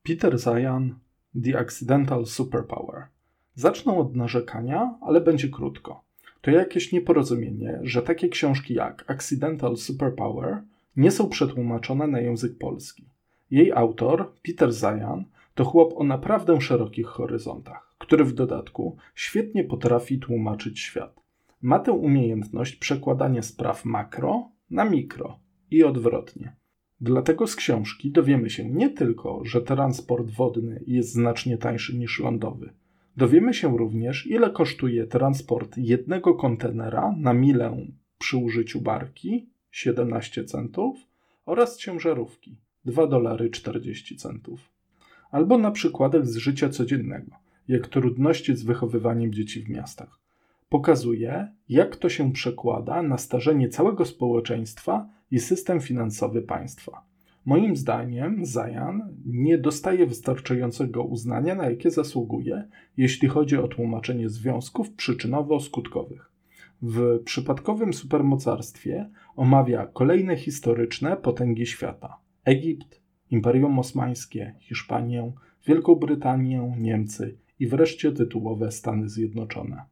Peter Zeihan, The Accidental Superpower. Zacznę od narzekania, ale będzie krótko. To jakieś nieporozumienie, że takie książki jak Accidental Superpower nie są przetłumaczone na język polski. Jej autor, Peter Zeihan, to chłop o naprawdę szerokich horyzontach, który w dodatku świetnie potrafi tłumaczyć świat. Ma tę umiejętność przekładania spraw makro na mikro i odwrotnie. Dlatego z książki dowiemy się nie tylko, że transport wodny jest znacznie tańszy niż lądowy. Dowiemy się również, ile kosztuje transport jednego kontenera na milę przy użyciu barki 17 centów oraz ciężarówki $2,40. Albo na przykładach z życia codziennego, jak trudności z wychowywaniem dzieci w miastach. Pokazuje, jak to się przekłada na starzenie całego społeczeństwa i system finansowy państwa. Moim zdaniem Zeihan nie dostaje wystarczającego uznania, na jakie zasługuje, jeśli chodzi o tłumaczenie związków przyczynowo-skutkowych. W przypadkowym supermocarstwie omawia kolejne historyczne potęgi świata: Egipt, Imperium Osmańskie, Hiszpanię, Wielką Brytanię, Niemcy i wreszcie tytułowe Stany Zjednoczone.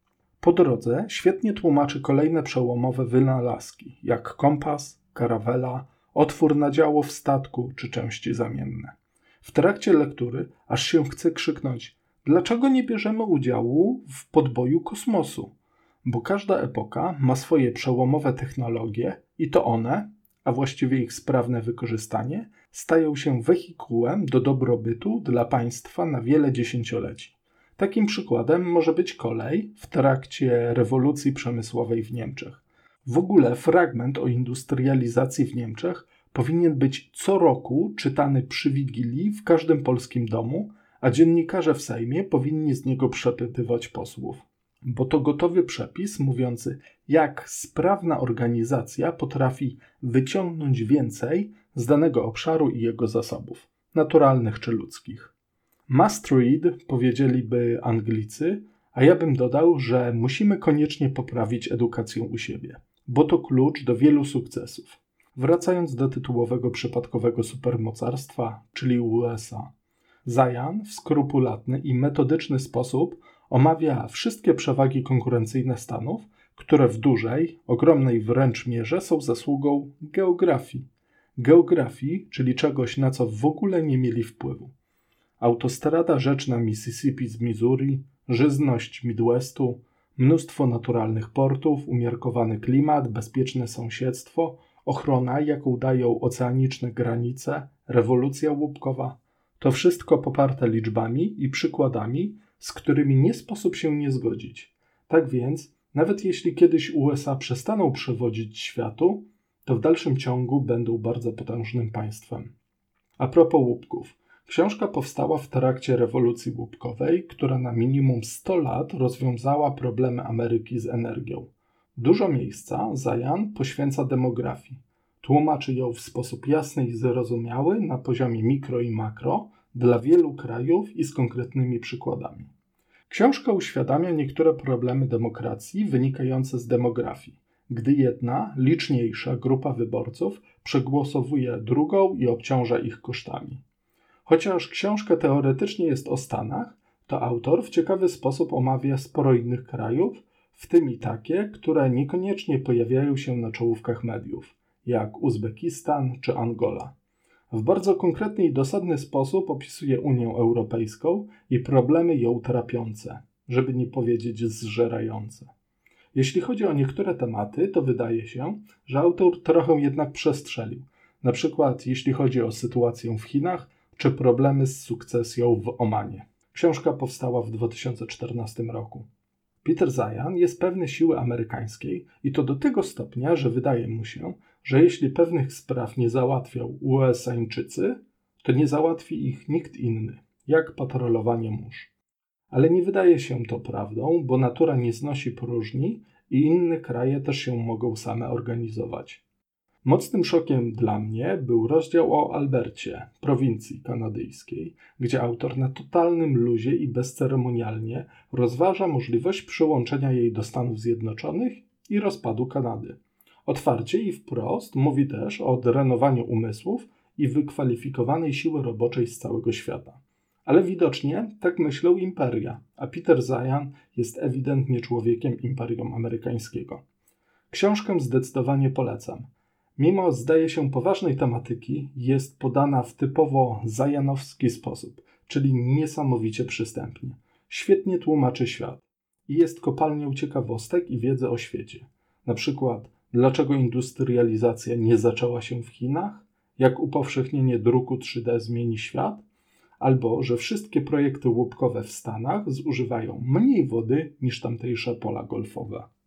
Po drodze świetnie tłumaczy kolejne przełomowe wynalazki, jak kompas, karawela, otwór na działo w statku czy części zamienne. W trakcie lektury aż się chce krzyknąć: dlaczego nie bierzemy udziału w podboju kosmosu? Bo każda epoka ma swoje przełomowe technologie i to one, a właściwie ich sprawne wykorzystanie, stają się wehikułem do dobrobytu dla państwa na wiele dziesięcioleci. Takim przykładem może być kolej w trakcie rewolucji przemysłowej w Niemczech. W ogóle fragment o industrializacji w Niemczech powinien być co roku czytany przy Wigilii w każdym polskim domu, a dziennikarze w Sejmie powinni z niego przepytywać posłów. Bo to gotowy przepis mówiący, jak sprawna organizacja potrafi wyciągnąć więcej z danego obszaru i jego zasobów, naturalnych czy ludzkich. Must read, powiedzieliby Anglicy, a ja bym dodał, że musimy koniecznie poprawić edukację u siebie, bo to klucz do wielu sukcesów. Wracając do tytułowego przypadkowego supermocarstwa, czyli USA. Zeihan w skrupulatny i metodyczny sposób omawia wszystkie przewagi konkurencyjne Stanów, które w dużej, ogromnej wręcz mierze są zasługą geografii. Geografii, czyli czegoś, na co w ogóle nie mieli wpływu. Autostrada rzeczna Mississippi z Missouri, żyzność Midwestu, mnóstwo naturalnych portów, umiarkowany klimat, bezpieczne sąsiedztwo, ochrona, jaką dają oceaniczne granice, rewolucja łupkowa. To wszystko poparte liczbami i przykładami, z którymi nie sposób się nie zgodzić. Tak więc, nawet jeśli kiedyś USA przestaną przewodzić światu, to w dalszym ciągu będą bardzo potężnym państwem. A propos łupków. Książka powstała w trakcie rewolucji łupkowej, która na minimum 100 lat rozwiązała problemy Ameryki z energią. Dużo miejsca Zeihan poświęca demografii. Tłumaczy ją w sposób jasny i zrozumiały na poziomie mikro i makro dla wielu krajów i z konkretnymi przykładami. Książka uświadamia niektóre problemy demokracji wynikające z demografii, gdy jedna, liczniejsza grupa wyborców przegłosowuje drugą i obciąża ich kosztami. Chociaż książka teoretycznie jest o Stanach, to autor w ciekawy sposób omawia sporo innych krajów, w tym i takie, które niekoniecznie pojawiają się na czołówkach mediów, jak Uzbekistan czy Angola. W bardzo konkretny i dosadny sposób opisuje Unię Europejską i problemy ją trapiące, żeby nie powiedzieć zżerające. Jeśli chodzi o niektóre tematy, to wydaje się, że autor trochę jednak przestrzelił, na przykład jeśli chodzi o sytuację w Chinach czy problemy z sukcesją w Omanie. Książka powstała w 2014 roku. Peter Zeihan jest pewny siły amerykańskiej i to do tego stopnia, że wydaje mu się, że jeśli pewnych spraw nie załatwią USA-Ńczycy, to nie załatwi ich nikt inny, jak patrolowanie mórz. Ale nie wydaje się to prawdą, bo natura nie znosi próżni i inne kraje też się mogą same organizować. Mocnym szokiem dla mnie był rozdział o Albercie, prowincji kanadyjskiej, gdzie autor na totalnym luzie i bezceremonialnie rozważa możliwość przyłączenia jej do Stanów Zjednoczonych i rozpadu Kanady. Otwarcie i wprost mówi też o drenowaniu umysłów i wykwalifikowanej siły roboczej z całego świata. Ale widocznie tak myślą imperia, a Peter Zeihan jest ewidentnie człowiekiem imperium amerykańskiego. Książkę zdecydowanie polecam. Mimo, zdaje się, poważnej tematyki, jest podana w typowo zajanowski sposób, czyli niesamowicie przystępnie. Świetnie tłumaczy świat i jest kopalnią ciekawostek i wiedzy o świecie. Na przykład, dlaczego industrializacja nie zaczęła się w Chinach, jak upowszechnienie druku 3D zmieni świat, albo że wszystkie projekty łupkowe w Stanach zużywają mniej wody niż tamtejsze pola golfowe.